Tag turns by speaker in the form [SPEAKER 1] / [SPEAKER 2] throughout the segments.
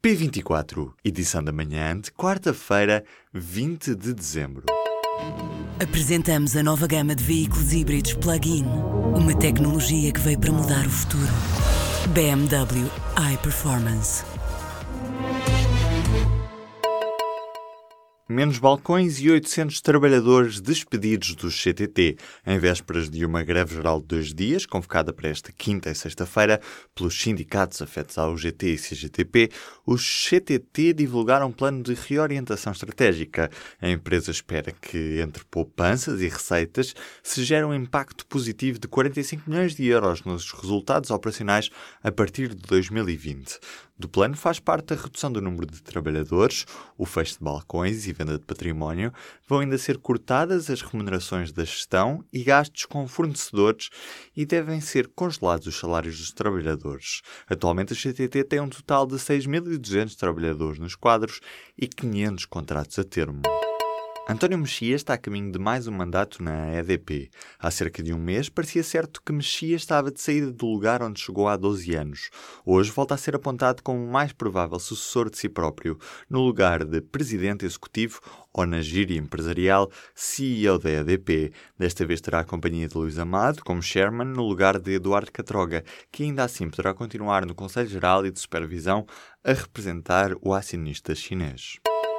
[SPEAKER 1] P24, edição da manhã de quarta-feira, 20 de dezembro.
[SPEAKER 2] Apresentamos a nova gama de veículos híbridos plug-in. Uma tecnologia que veio para mudar o futuro. BMW iPerformance.
[SPEAKER 1] Menos balcões e 800 trabalhadores despedidos do CTT. Em vésperas de uma greve geral de 2 dias, convocada para esta quinta e sexta-feira pelos sindicatos afetos à UGT e CGTP, os CTT divulgaram um plano de reorientação estratégica. A empresa espera que, entre poupanças e receitas, se gere um impacto positivo de 45 milhões de euros nos resultados operacionais a partir de 2020. Do plano faz parte a redução do número de trabalhadores, o fecho de balcões e venda de património, vão ainda ser cortadas as remunerações da gestão e gastos com fornecedores e devem ser congelados os salários dos trabalhadores. Atualmente a CTT tem um total de 6.200 trabalhadores nos quadros e 500 contratos a termo. António Mexias está a caminho de mais um mandato na EDP. Há cerca de um mês parecia certo que Mexias estava de saída do lugar onde chegou há 12 anos. Hoje volta a ser apontado como o mais provável sucessor de si próprio, no lugar de presidente executivo ou na gíria empresarial CEO da EDP. Desta vez terá a companhia de Luís Amado como chairman no lugar de Eduardo Catroga, que ainda assim poderá continuar no Conselho Geral e de Supervisão a representar o acionista chinês.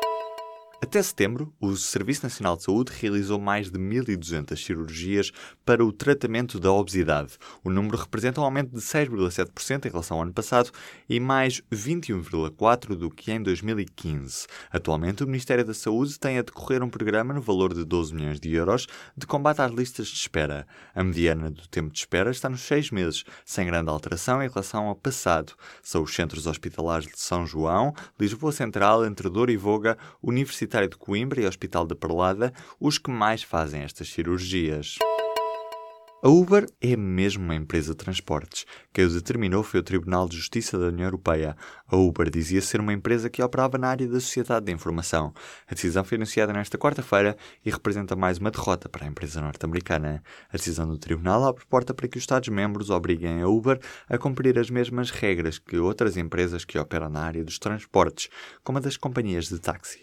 [SPEAKER 1] Até setembro, o Serviço Nacional de Saúde realizou mais de 1.200 cirurgias para o tratamento da obesidade. O número representa um aumento de 6,7% em relação ao ano passado e mais 21,4% do que em 2015. Atualmente, o Ministério da Saúde tem a decorrer um programa no valor de 12 milhões de euros de combate às listas de espera. A mediana do tempo de espera está nos 6 meses, sem grande alteração em relação ao passado. São os centros hospitalares de São João, Lisboa Central, Entre Douro e Voga, Universitário de Coimbra e Hospital da Perlada, os que mais fazem estas cirurgias. A Uber é mesmo uma empresa de transportes. Quem o determinou foi o Tribunal de Justiça da União Europeia. A Uber dizia ser uma empresa que operava na área da sociedade da informação. A decisão foi anunciada nesta quarta-feira e representa mais uma derrota para a empresa norte-americana. A decisão do Tribunal abre porta para que os Estados-membros obriguem a Uber a cumprir as mesmas regras que outras empresas que operam na área dos transportes, como a das companhias de táxi.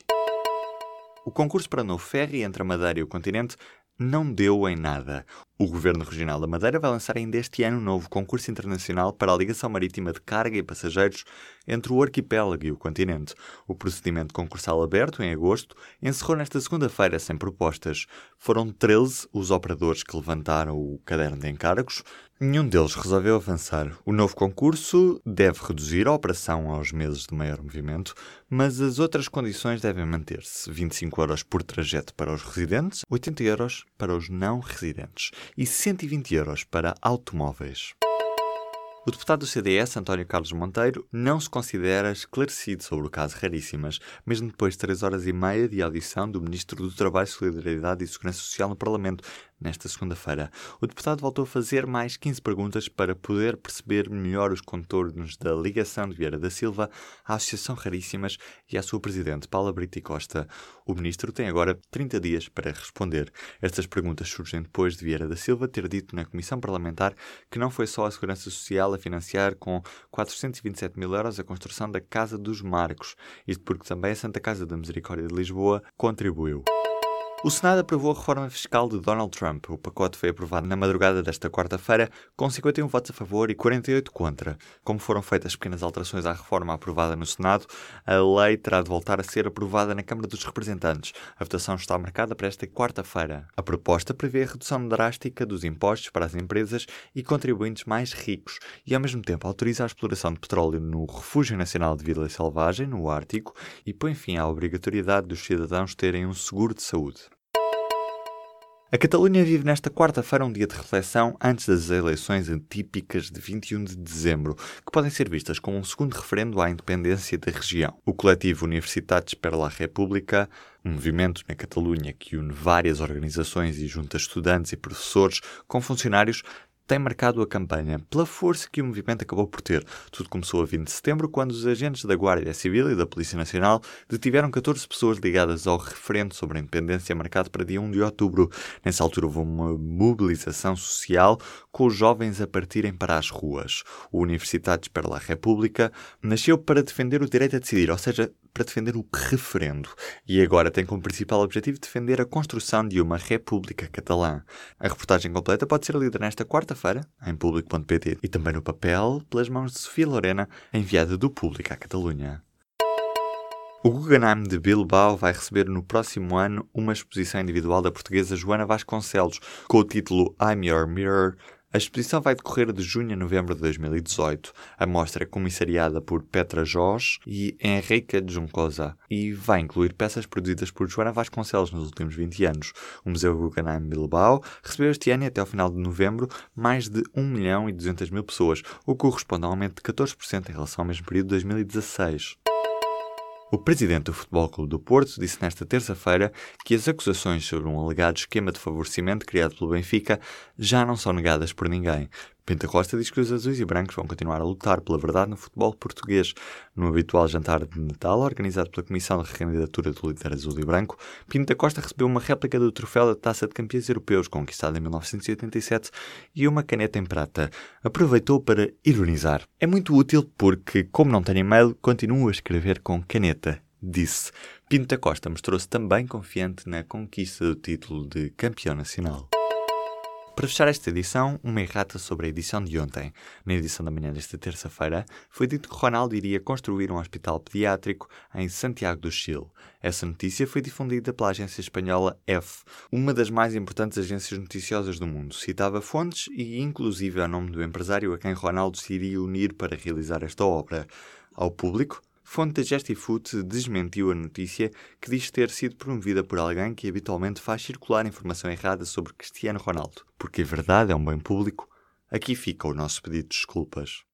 [SPEAKER 1] O concurso para o novo ferry entre a Madeira e o continente não deu em nada. O Governo Regional da Madeira vai lançar ainda este ano um novo concurso internacional para a ligação marítima de carga e passageiros entre o arquipélago e o continente. O procedimento concursal aberto, em agosto, encerrou nesta segunda-feira sem propostas. Foram 13 os operadores que levantaram o caderno de encargos. Nenhum deles resolveu avançar. O novo concurso deve reduzir a operação aos meses de maior movimento, mas as outras condições devem manter-se. 25 euros por trajeto para os residentes, 80 euros para os não residentes e 120 euros para automóveis. O deputado do CDS, António Carlos Monteiro, não se considera esclarecido sobre o caso Raríssimas, mesmo depois de 3 horas e meia de audição do Ministro do Trabalho, Solidariedade e Segurança Social no Parlamento, nesta segunda-feira. O deputado voltou a fazer mais 15 perguntas para poder perceber melhor os contornos da ligação de Vieira da Silva à Associação Raríssimas e à sua presidente, Paula Brito e Costa. O Ministro tem agora 30 dias para responder. Estas perguntas surgem depois de Vieira da Silva ter dito na Comissão Parlamentar que não foi só a Segurança Social a financiar com 427 mil euros a construção da Casa dos Marcos, isto porque também a Santa Casa da Misericórdia de Lisboa contribuiu. O Senado aprovou a reforma fiscal de Donald Trump. O pacote foi aprovado na madrugada desta quarta-feira, com 51 votos a favor e 48 contra. Como foram feitas pequenas alterações à reforma aprovada no Senado, a lei terá de voltar a ser aprovada na Câmara dos Representantes. A votação está marcada para esta quarta-feira. A proposta prevê a redução drástica dos impostos para as empresas e contribuintes mais ricos e, ao mesmo tempo, autoriza a exploração de petróleo no Refúgio Nacional de Vida Selvagem, no Ártico, e põe fim à obrigatoriedade dos cidadãos terem um seguro de saúde. A Catalunha vive nesta quarta-feira um dia de reflexão antes das eleições atípicas de 21 de dezembro, que podem ser vistas como um segundo referendo à independência da região. O coletivo Universitats per la República, um movimento na Catalunha que une várias organizações e junta estudantes e professores com funcionários, tem marcado a campanha pela força que o movimento acabou por ter. Tudo começou a 20 de setembro, quando os agentes da Guarda Civil e da Polícia Nacional detiveram 14 pessoas ligadas ao referendo sobre a independência marcado para dia 1 de outubro. Nessa altura houve uma mobilização social com os jovens a partirem para as ruas. O Universidades per la República nasceu para defender o direito a decidir, ou seja, para defender o referendo. E agora tem como principal objetivo defender a construção de uma República Catalã. A reportagem completa pode ser lida nesta quarta-feira, em público.pt, e também no papel, pelas mãos de Sofia Lorena, enviada do Público à Catalunha. O Guggenheim de Bilbao vai receber no próximo ano uma exposição individual da portuguesa Joana Vasconcelos, com o título I'm Your Mirror. A exposição vai decorrer de junho a novembro de 2018. A mostra é comissariada por Petra Jorge e Henrique Juncosa e vai incluir peças produzidas por Joana Vasconcelos nos últimos 20 anos. O Museu Guggenheim Bilbao recebeu este ano e até ao final de novembro mais de 1.200.000 pessoas, o que corresponde a um aumento de 14% em relação ao mesmo período de 2016. O presidente do Futebol Clube do Porto disse nesta terça-feira que as acusações sobre um alegado esquema de favorecimento criado pelo Benfica já não são negadas por ninguém. Pinta Costa diz que os azuis e brancos vão continuar a lutar pela verdade no futebol português. No habitual jantar de Natal, organizado pela Comissão de Recandidatura do Líder Azul e Branco, Pinta Costa recebeu uma réplica do troféu da Taça de Campeões Europeus, conquistado em 1987, e uma caneta em prata. Aproveitou para ironizar. É muito útil porque, como não tenho e-mail, continuo a escrever com caneta, disse. Pinta Costa mostrou-se também confiante na conquista do título de campeão nacional. Para fechar esta edição, uma errata sobre a edição de ontem. Na edição da manhã desta terça-feira, foi dito que Ronaldo iria construir um hospital pediátrico em Santiago do Chile. Essa notícia foi difundida pela agência espanhola EFE, uma das mais importantes agências noticiosas do mundo. Citava fontes e inclusive o nome do empresário a quem Ronaldo se iria unir para realizar esta obra. Ao público, fonte da Gestifoot desmentiu a notícia, que diz ter sido promovida por alguém que habitualmente faz circular informação errada sobre Cristiano Ronaldo. Porque a verdade é um bem público, aqui fica o nosso pedido de desculpas.